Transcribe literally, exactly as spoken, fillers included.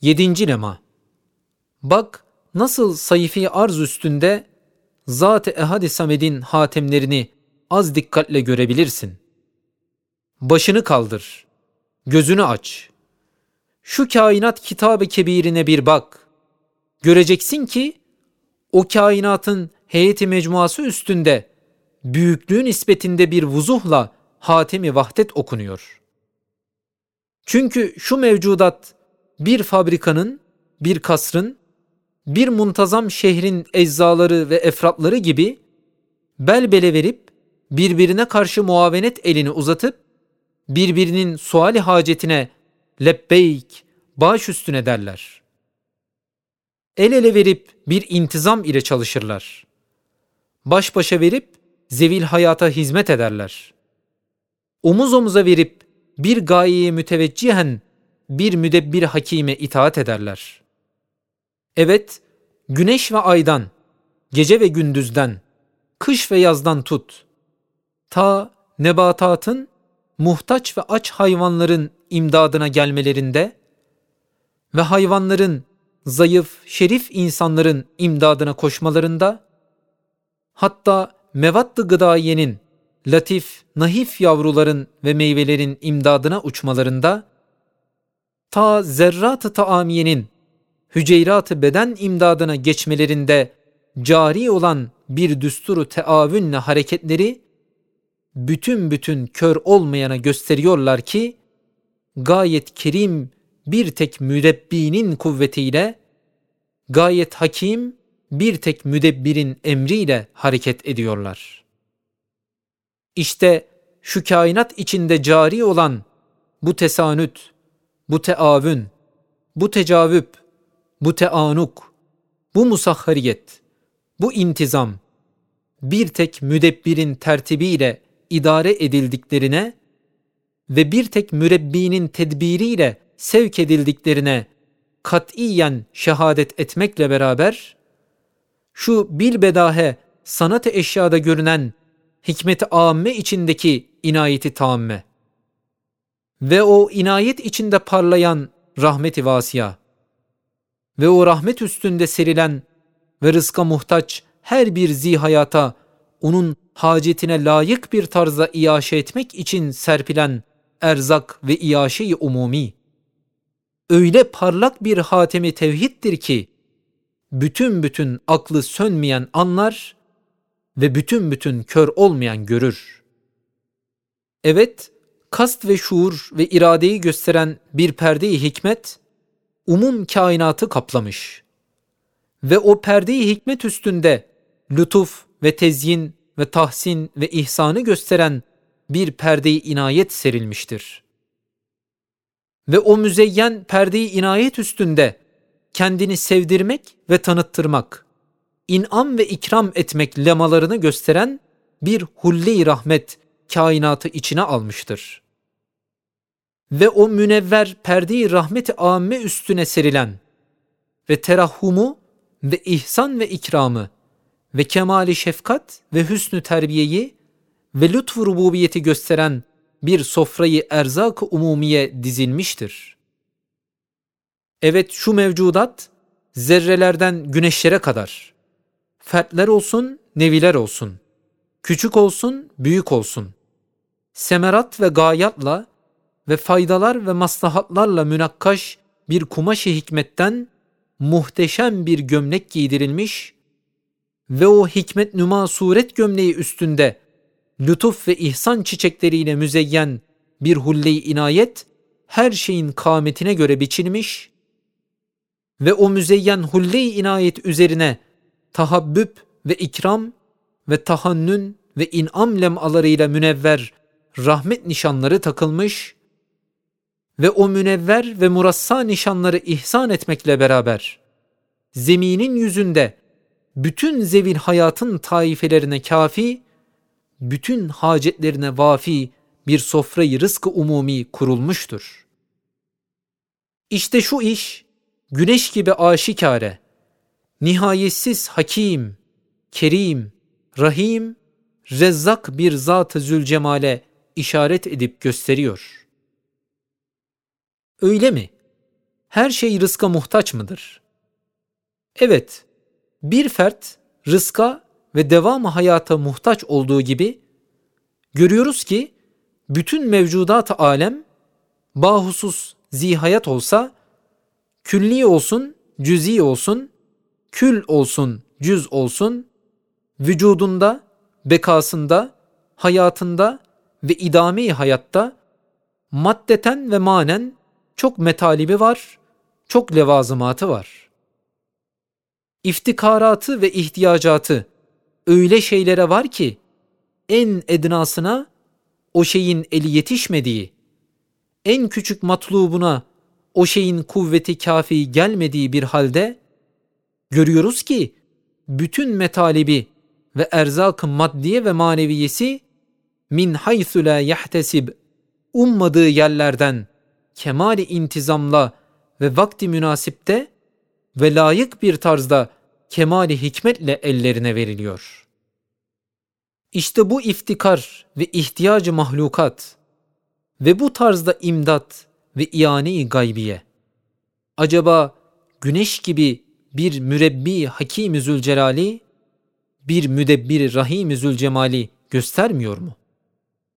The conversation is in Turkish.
Yedinci lema. Bak nasıl sayfi arz üstünde Zat-ı Ehad-i Samed'in hatemlerini az dikkatle görebilirsin. Başını kaldır, gözünü aç. Şu kainat kitab-ı kebirine bir bak. Göreceksin ki o kainatın heyeti mecmuası üstünde büyüklüğü nispetinde bir vuzuhla Hatem-i Vahdet okunuyor. Çünkü şu mevcudat bir fabrikanın, bir kasrın, bir muntazam şehrin eczaları ve efratları gibi bel bele verip birbirine karşı muavenet elini uzatıp birbirinin suali hacetine lebbeyk, baş üstüne derler. El ele verip bir intizam ile çalışırlar. Baş başa verip zevil hayata hizmet ederler. Omuz omuza verip bir gayeye müteveccihen bir müdebbir hakime itaat ederler. Evet, güneş ve aydan, gece ve gündüzden, kış ve yazdan tut, ta nebatatın, muhtaç ve aç hayvanların imdadına gelmelerinde ve hayvanların zayıf, şerif insanların imdadına koşmalarında, hatta mevadd-ı gıdaiyenin, latif, nahif yavruların ve meyvelerin imdadına uçmalarında, ta zerrat-ı taamiyenin, hüceyrat-ı beden imdadına geçmelerinde cari olan bir düsturu teavünle hareketleri, bütün bütün kör olmayana gösteriyorlar ki, gayet kerim bir tek müdebbinin kuvvetiyle, gayet hakim bir tek müdebbirin emriyle hareket ediyorlar. İşte şu kainat içinde cari olan bu tesanüt, bu teavün, bu tecavüp, bu teanuk, bu musahhariyet, bu intizam, bir tek müdebbirin tertibiyle idare edildiklerine ve bir tek mürebbinin tedbiriyle sevk edildiklerine katiyen şehadet etmekle beraber, şu bilbedahe sanat-ı eşyada görünen hikmet-i âmme içindeki inayeti tamme ve o inayet içinde parlayan rahmet-i vasiya ve o rahmet üstünde serilen ve rızka muhtaç her bir zihayata onun hacetine layık bir tarzda iaşe etmek için serpilen erzak ve iaşe-i umumi öyle parlak bir hatemi tevhiddir ki bütün bütün aklı sönmeyen anlar ve bütün bütün kör olmayan görür. Evet, kast ve şuur ve iradeyi gösteren bir perde-i hikmet umum kainatı kaplamış ve o perde-i hikmet üstünde lütuf ve tezyin ve tahsin ve ihsanı gösteren bir perde-i inayet serilmiştir. Ve o müzeyyen perde-i inayet üstünde kendini sevdirmek ve tanıttırmak, inam ve ikram etmek lemalarını gösteren bir hulle-i rahmet kainatı içine almıştır. Ve o münevver perde-i rahmet-i âmme üstüne serilen ve terahhumu ve ihsan ve ikramı ve kemali şefkat ve hüsnü terbiyeyi ve lütfu rububiyeti gösteren bir sofrayı erzak-ı umumiye dizilmiştir. Evet, şu mevcudat zerrelerden güneşlere kadar, fertler olsun, neviler olsun, küçük olsun, büyük olsun, semerat ve gayatla ve faydalar ve maslahatlarla münakkaş bir kumaş-ı hikmetten muhteşem bir gömlek giydirilmiş ve o hikmet nüma suret gömleği üstünde lütuf ve ihsan çiçekleriyle müzeyyen bir hulle-i inayet her şeyin kâmetine göre biçilmiş ve o müzeyyen hulle-i inayet üzerine tahabbüp ve ikram ve tahannün ve inam lemalarıyla münevver rahmet nişanları takılmış ve o münevver ve murassa nişanları ihsan etmekle beraber zeminin yüzünde bütün zevil hayatın taifelerine kafi, bütün hacetlerine vafi bir sofrayı rızk-ı umumi kurulmuştur. İşte şu iş güneş gibi aşikare, nihayetsiz hakim, kerim, rahim, rezzak bir zat-ı zülcemale işaret edip gösteriyor. Öyle mi? her şey rızka muhtaç mıdır? Evet, bir fert rızka ve devam-ı hayata muhtaç olduğu gibi görüyoruz ki bütün mevcudat-ı alem bahusus zihayat olsa, külli olsun, cüz'i olsun, kül olsun, cüz olsun, vücudunda, bekasında, hayatında ve idame-i hayatta maddeten ve manen çok metalibi var, çok levazımatı var. İftikaratı ve ihtiyacatı öyle şeylere var ki en ednasına o şeyin eli yetişmediği, en küçük matlubuna o şeyin kuvveti kafi gelmediği bir halde görüyoruz ki bütün metalibi ve erzak-ı maddiye ve maneviyesi min haythu la yahtesib, ummadığı yerlerden kemali intizamla ve vakti münasipte ve layık bir tarzda kemali hikmetle ellerine veriliyor. İşte bu iftikar ve ihtiyacı mahlukat ve bu tarzda imdat ve iane-i gaybiye, acaba güneş gibi bir mürebbi Hakim-i Zülcelali, bir müdebbir Rahim-i Zülcemali göstermiyor mu?